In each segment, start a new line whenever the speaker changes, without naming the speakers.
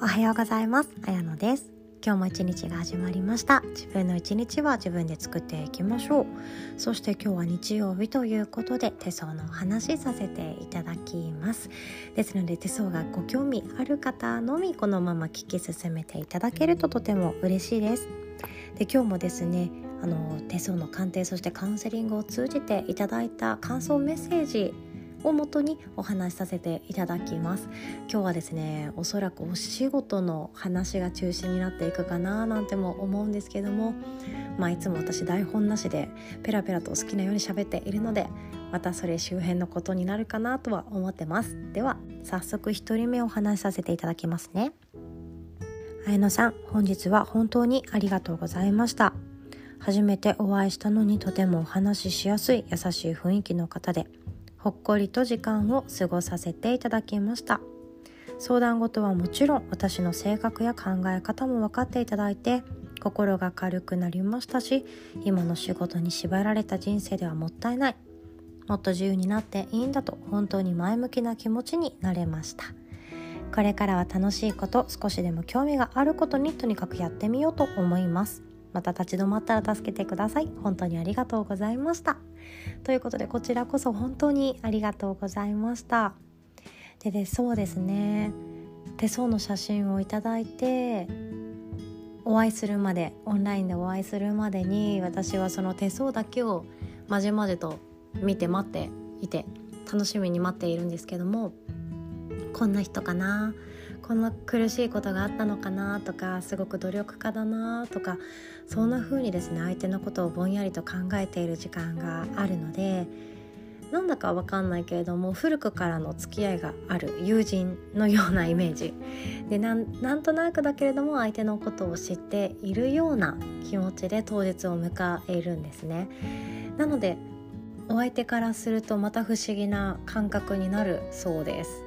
おはようございます。あやのです。今日も一日が始まりました。自分の一日は自分で作っていきましょう。そして今日は日曜日ということで手相のお話させていただきます。ですので手相がご興味ある方のみこのまま聞き進めていただけるととても嬉しいです。で今日もですね手相の鑑定そしてカウンセリングを通じていただいた感想メッセージをもとにお話しさせていただきます。今日はですねおそらくお仕事の話が中心になっていくかななんても思うんですけども、いつも私台本なしでペラペラと好きなように喋っているのでまたそれ周辺のことになるかなとは思ってます。では早速1人目お話しさせていただきますね。綾乃さん、本日は本当にありがとうございました。初めてお会いしたのにとてもお話ししやすい優しい雰囲気の方でほっこりと時間を過ごさせていただきました。相談事はもちろん私の性格や考え方も分かっていただいて心が軽くなりましたし、今の仕事に縛られた人生ではもったいない、もっと自由になっていいんだと本当に前向きな気持ちになれました。これからは楽しいこと、少しでも興味があることにとにかくやってみようと思います。また立ち止まったら助けてください。本当にありがとうございました。ということでこちらこそ本当にありがとうございました。でそうですね、手相の写真をいただいてお会いするまで、オンラインでお会いするまでに私はその手相だけをまじまじと見て待っていて楽しみに待っているんですけども、こんな人かな、こんな苦しいことがあったのかなとか、すごく努力家だなとか、そんな風にですね相手のことをぼんやりと考えている時間があるので、なんだかわかんないけれども古くからの付き合いがある友人のようなイメージで、なんとなくだけれども相手のことを知っているような気持ちで当日を迎えるんですね。なのでお相手からするとまた不思議な感覚になるそうです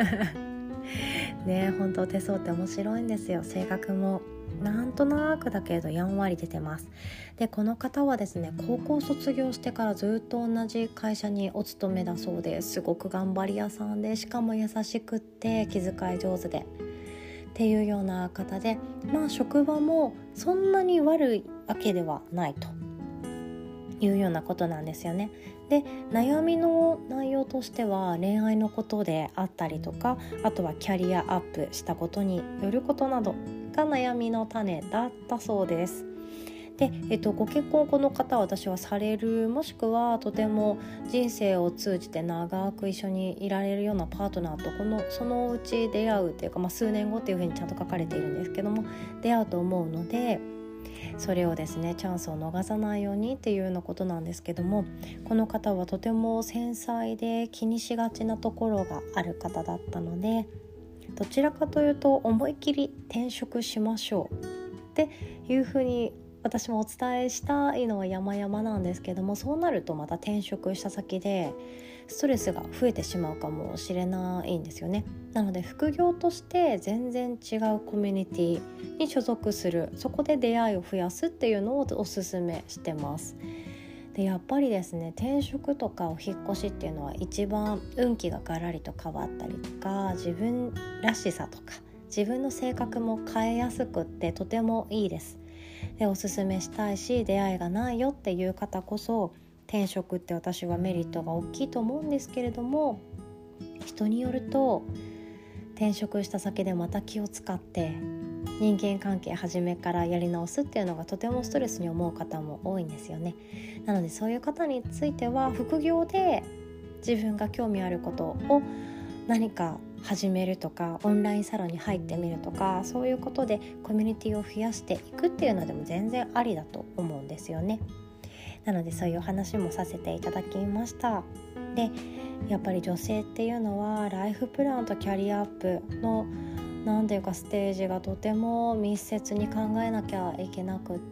ね、本当手相って面白いんですよ。性格もなんとなくだけれどやんわり出てます。でこの方はですね高校卒業してからずっと同じ会社にお勤めだそうです。すごく頑張り屋さんで、しかも優しくって気遣い上手でっていうような方で、職場もそんなに悪いわけではないというようなことなんですよね。で悩みの内容としては恋愛のことであったりとか、あとはキャリアアップしたことによることなどが悩みの種だったそうです。で、ご結婚この方は私はされる、もしくはとても人生を通じて長く一緒にいられるようなパートナーとそのうち出会うというか、数年後っていうふうにちゃんと書かれているんですけども出会うと思うので、それをですねチャンスを逃さないようにっていうようなことなんですけども、この方はとても繊細で気にしがちなところがある方だったので、どちらかというと思い切り転職しましょうっていうふうに私もお伝えしたいのは山々なんですけども、そうなるとまた転職した先でストレスが増えてしまうかもしれないんですよね。なので副業として全然違うコミュニティに所属する、そこで出会いを増やすっていうのをおすすめしてます。でやっぱりですね転職とかお引っ越しっていうのは一番運気がガラリと変わったりとか、自分らしさとか自分の性格も変えやすくってとてもいいです。でおすすめしたいし、出会いがないよっていう方こそ転職って私はメリットが大きいと思うんですけれども、人によると転職した先でまた気を使って人間関係初めからやり直すっていうのがとてもストレスに思う方も多いんですよね。なのでそういう方については副業で自分が興味あることを何か始めるとか、オンラインサロンに入ってみるとか、そういうことでコミュニティを増やしていくっていうのでも全然ありだと思うんですよね。なのでそういう話もさせていただきました。でやっぱり女性っていうのはライフプランとキャリアアップのなんていうかステージがとても密接に考えなきゃいけなくって、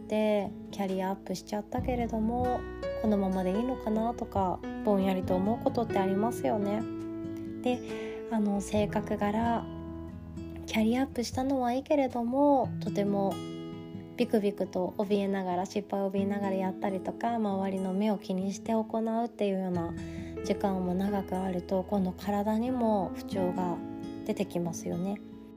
キャリアアップしちゃったけれどもこのままでいいのかなとかぼんやりと思うことってありますよね。で性格柄キャリアアップしたのはいいけれどもとてもビクビクと怯えながら、失敗を怯えながらやったりとか、周りの目を気にして行うっていうような時間も長くあると今度体にも不調が出てきますよね。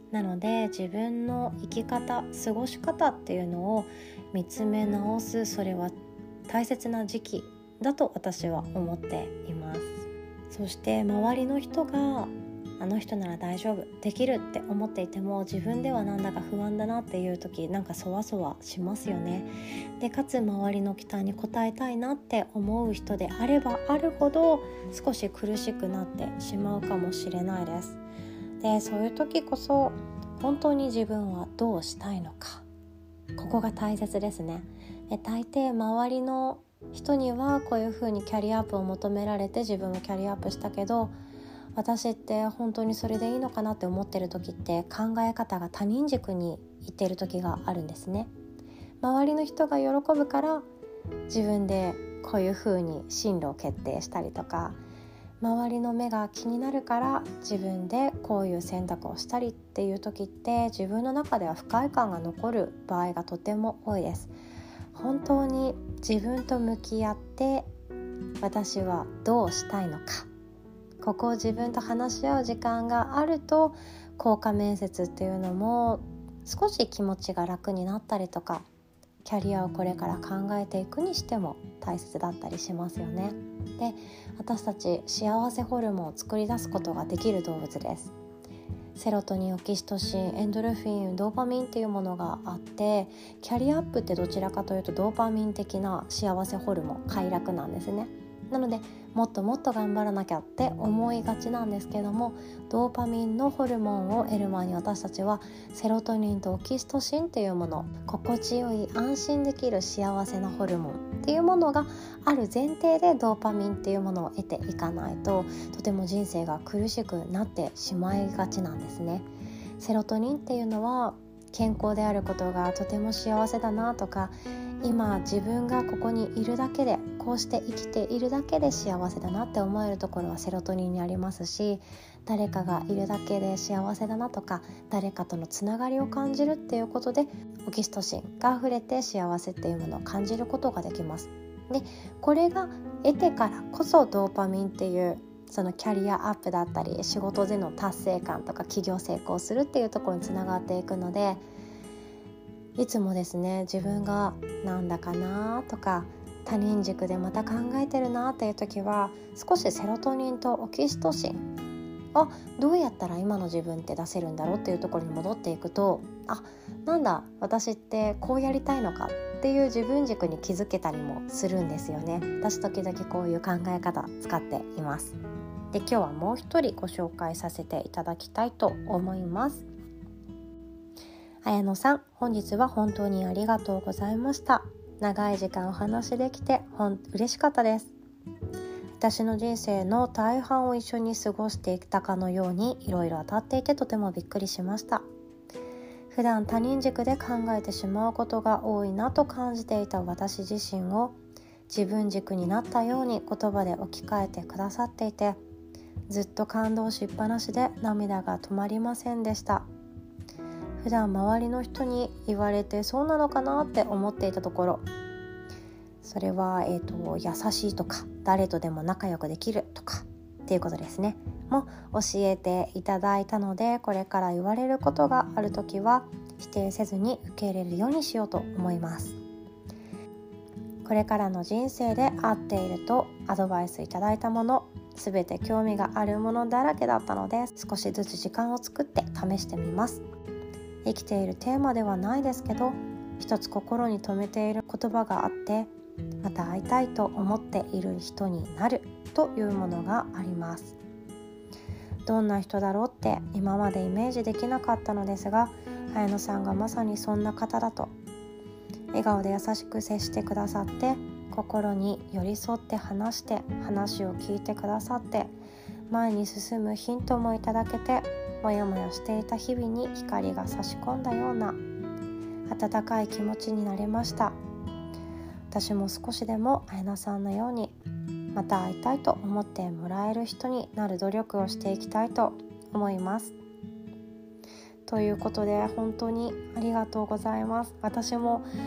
なので自分の生き方、過ごし方っていうのを見つめ直す、それは大切な時期だと私は思っています。そして周りの人があの人なら大丈夫、できるって思っていても、自分ではなんだか不安だなっていう時、なんかそわそわしますよね。でかつ周りの期待に応えたいなって思う人であればあるほど少し苦しくなってしまうかもしれないです。でそういう時こそ本当に自分はどうしたいのか、ここが大切ですね。で大抵周りの人にはこういう風にキャリアアップを求められて自分もキャリアアップしたけど、私って本当にそれでいいのかなって思ってる時って考え方が他人軸にいってる時があるんですね。周りの人が喜ぶから自分でこういう風に進路を決定したりとか、周りの目が気になるから自分でこういう選択をしたりっていう時って自分の中では不快感が残る場合がとても多いです。本当に自分と向き合って私はどうしたいのか、ここを自分と話し合う時間があると効果面接っていうのも少し気持ちが楽になったりとか、キャリアをこれから考えていくにしても大切だったりしますよね。で、私たち幸せホルモンを作り出すことができる動物です。セロトニン、オキシトシン、エンドルフィン、ドーパミンっていうものがあって、キャリアアップってどちらかというとドーパミン的な幸せホルモン、快楽なんですね。なのでもっともっと頑張らなきゃって思いがちなんですけども、ドーパミンのホルモンを得る前に私たちはセロトニンとオキシトシンっていうもの、心地よい安心できる幸せなホルモンっていうものがある前提でドーパミンっていうものを得ていかないと、とても人生が苦しくなってしまいがちなんですね。セロトニンっていうのは健康であることがとても幸せだなとか、今自分がここにいるだけで、こうして生きているだけで幸せだなって思えるところはセロトニンにありますし、誰かがいるだけで幸せだなとか、誰かとのつながりを感じるっていうことでオキシトシンが溢れて幸せっていうものを感じることができます。でこれが得てからこそドーパミンっていうそのキャリアアップだったり仕事での達成感とか起業成功するっていうところにつながっていくので、いつもですね、自分がなんだかなとか他人軸でまた考えてるなっていう時は、少しセロトニンとオキシトシン、どうやったら今の自分って出せるんだろうっていうところに戻っていくと、なんだ私ってこうやりたいのかっていう自分軸に気づけたりもするんですよね。私時々こういう考え方使っています。で今日はもう一人ご紹介させていただきたいと思います。綾乃さん、本日は本当にありがとうございました。長い時間お話できて嬉しかったです。私の人生の大半を一緒に過ごしていたかのようにいろいろ当たっていてとてもびっくりしました。普段他人軸で考えてしまうことが多いなと感じていた私自身を自分軸になったように言葉で置き換えてくださっていて、ずっと感動しっぱなしで涙が止まりませんでした。普段周りの人に言われてそうなのかなって思っていたところ、それは、優しいとか誰とでも仲良くできるとかっていうことですねも教えていただいたので、これから言われることがあるときは否定せずに受け入れるようにしようと思います。これからの人生で合っているとアドバイスいただいたもの、すべて興味があるものだらけだったので、少しずつ時間を作って試してみます。生きているテーマではないですけど、一つ心に留めている言葉があって、また会いたいと思っている人になるというものがあります。どんな人だろうって今までイメージできなかったのですが、綾乃さんがまさにそんな方だと。笑顔で優しく接してくださって、心に寄り添って話して話を聞いてくださって、前に進むヒントもいただけて、もやもやしていた日々に光が差し込んだような温かい気持ちになれました。私も少しでも綾乃さんのようにまた会いたいと思ってもらえる人になる努力をしていきたいと思います。ということで本当にありがとうございます。私も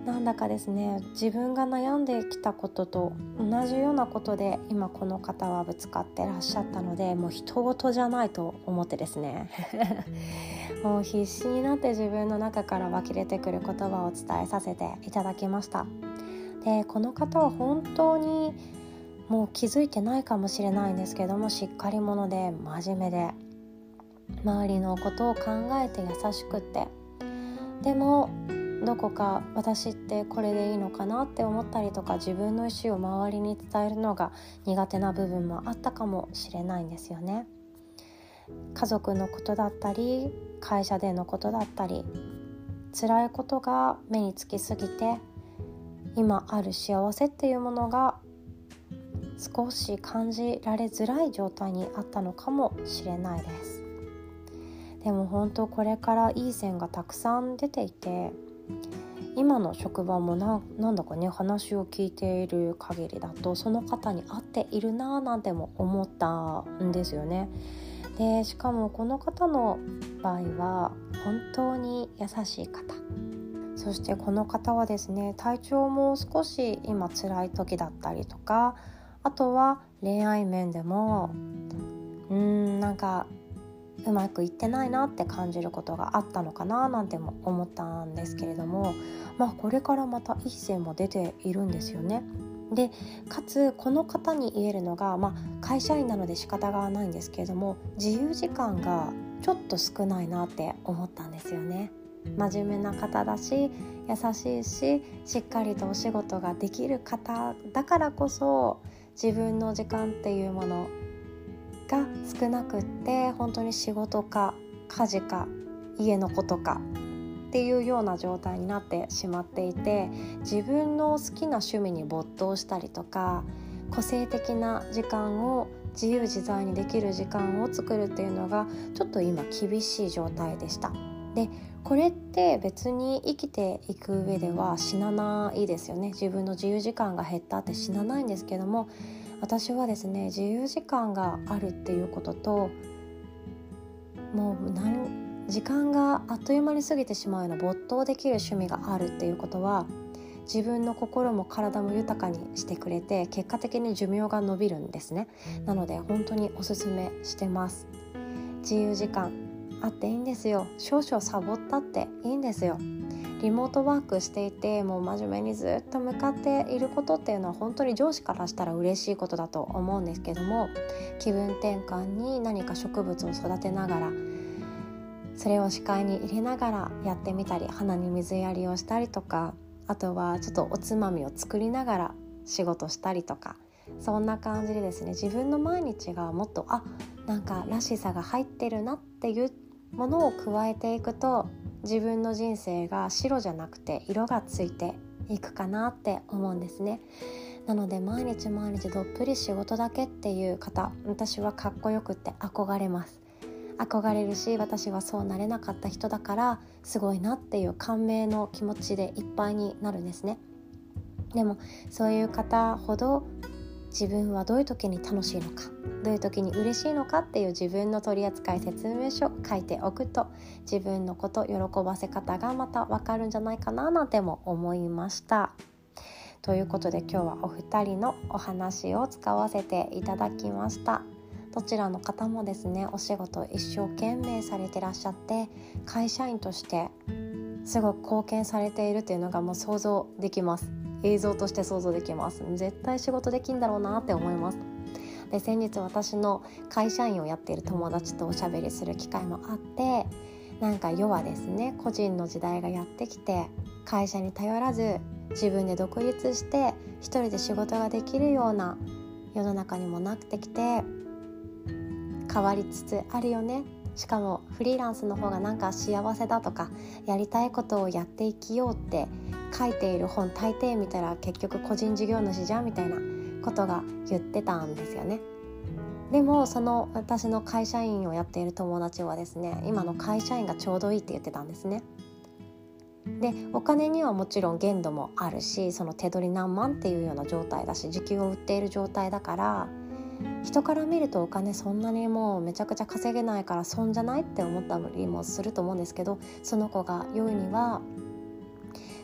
なんだかですね、自分が悩んできたことと同じようなことで今この方はぶつかってらっしゃったので、もう人事じゃないと思ってですねもう必死になって自分の中から湧き出てくる言葉を伝えさせていただきました。でこの方は本当にもう気づいてないかもしれないんですけども、しっかり者で真面目で周りのことを考えて優しくって、でもどこか私ってこれでいいのかなって思ったりとか、自分の意思を周りに伝えるのが苦手な部分もあったかもしれないんですよね。家族のことだったり会社でのことだったり、辛いことが目につきすぎて今ある幸せっていうものが少し感じられづらい状態にあったのかもしれないです。でも本当これからいい線がたくさん出ていて、今の職場もなんだかね、話を聞いている限りだとその方に合っているななんても思ったんですよね。でしかもこの方の場合は本当に優しい方、そしてこの方はですね、体調も少し今辛い時だったりとか、あとは恋愛面でもなんかうまくいってないなって感じることがあったのかななんても思ったんですけれども、これからまたいい線も出ているんですよね。でかつこの方に言えるのが、会社員なので仕方がないんですけれども、自由時間がちょっと少ないなって思ったんですよね。真面目な方だし優しいし、しっかりとお仕事ができる方だからこそ、自分の時間っていうものが少なくって、本当に仕事か家事か家のことかっていうような状態になってしまっていて、自分の好きな趣味に没頭したりとか、個性的な時間を自由自在にできる時間を作るっていうのがちょっと今厳しい状態でした。でこれって別に生きていく上では死なないですよね。自分の自由時間が減ったって死なないんですけども、私はですね、自由時間があるっていうことと、もう時間があっという間に過ぎてしまうような没頭できる趣味があるっていうことは、自分の心も体も豊かにしてくれて、結果的に寿命が延びるんですね。なので本当におすすめしてます。自由時間あっていいんですよ。少々サボったっていいんですよ。リモートワークしていてもう真面目にずっと向かっていることっていうのは本当に上司からしたら嬉しいことだと思うんですけども、気分転換に何か植物を育てながら、それを視界に入れながらやってみたり、花に水やりをしたりとか、あとはちょっとおつまみを作りながら仕事したりとか、そんな感じでですね、自分の毎日がもっとなんからしさが入ってるなっていうものを加えていくと、自分の人生が白じゃなくて色がついていくかなって思うんですね。なので毎日毎日どっぷり仕事だけっていう方、私はかっこよくって憧れます。憧れるし、私はそうなれなかった人だからすごいなっていう感銘の気持ちでいっぱいになるんですね。でもそういう方ほど自分はどういう時に楽しいのか、どういう時に嬉しいのかっていう自分の取扱説明書書いておくと、自分のこと喜ばせ方がまた分かるんじゃないかななんても思いました。ということで今日はお二人のお話を使わせていただきました。どちらの方もですね、お仕事を一生懸命されてらっしゃって、会社員としてすごく貢献されているというのがもう想像できます。映像として想像できます。絶対仕事できんだろうなって思います。で先日私の会社員をやっている友達とおしゃべりする機会もあって、世はですね、個人の時代がやってきて、会社に頼らず自分で独立して一人で仕事ができるような世の中にもなってきて、変わりつつあるよね。しかもフリーランスの方が幸せだとか、やりたいことをやって生きようって書いている本大抵見たら結局個人事業主じゃんみたいなことが言ってたんですよね。でもその私の会社員をやっている友達はですね、今の会社員がちょうどいいって言ってたんですね。でお金にはもちろん限度もあるし、その手取り何万っていうような状態だし、時給を売っている状態だから、人から見るとお金そんなにもうめちゃくちゃ稼げないから損じゃないって思ったりもすると思うんですけど、その子が言うには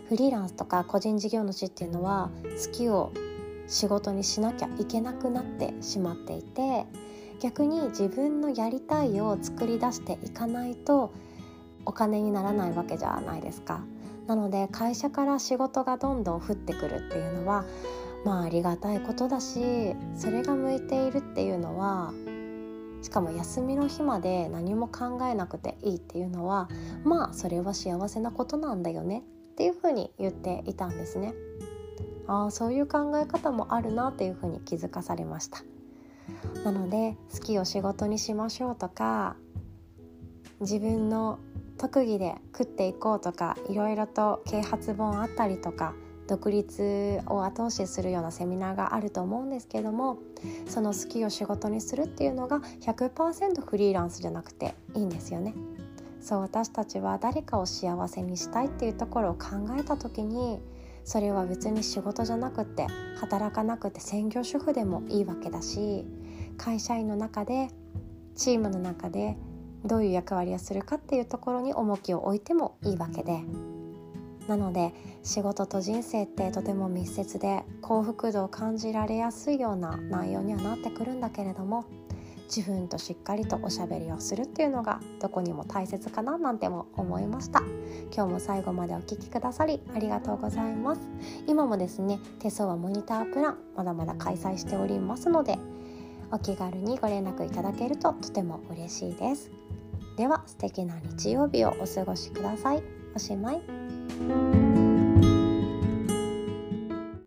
フリーランスとか個人事業主っていうのは好きを仕事にしなきゃいけなくなってしまっていて、逆に自分のやりたいを作り出していかないとお金にならないわけじゃないですか。なので会社から仕事がどんどん降ってくるっていうのはありがたいことだし、それが向いているっていうのは、しかも休みの日まで何も考えなくていいっていうのは、それは幸せなことなんだよねっていうふうに言っていたんですね。そういう考え方もあるなっていうふうに気づかされました。なので好きを仕事にしましょうとか、自分の特技で食っていこうとか、いろいろと啓発本あったりとか、独立を後押しするようなセミナーがあると思うんですけども、その好きを仕事にするっていうのが 100% フリーランスじゃなくていいんですよね。そう私たちは誰かを幸せにしたいっていうところを考えた時に、それは別に仕事じゃなくて働かなくて専業主婦でもいいわけだし、会社員の中でチームの中でどういう役割をするかっていうところに重きを置いてもいいわけで、なので仕事と人生ってとても密接で幸福度を感じられやすいような内容にはなってくるんだけれども、自分としっかりとおしゃべりをするっていうのがどこにも大切かななんても思いました。今日も最後までお聞きくださりありがとうございます。今もですね、手相はモニタープランまだまだ開催しておりますので、お気軽にご連絡いただけるととても嬉しいです。では素敵な日曜日をお過ごしください。おしまい。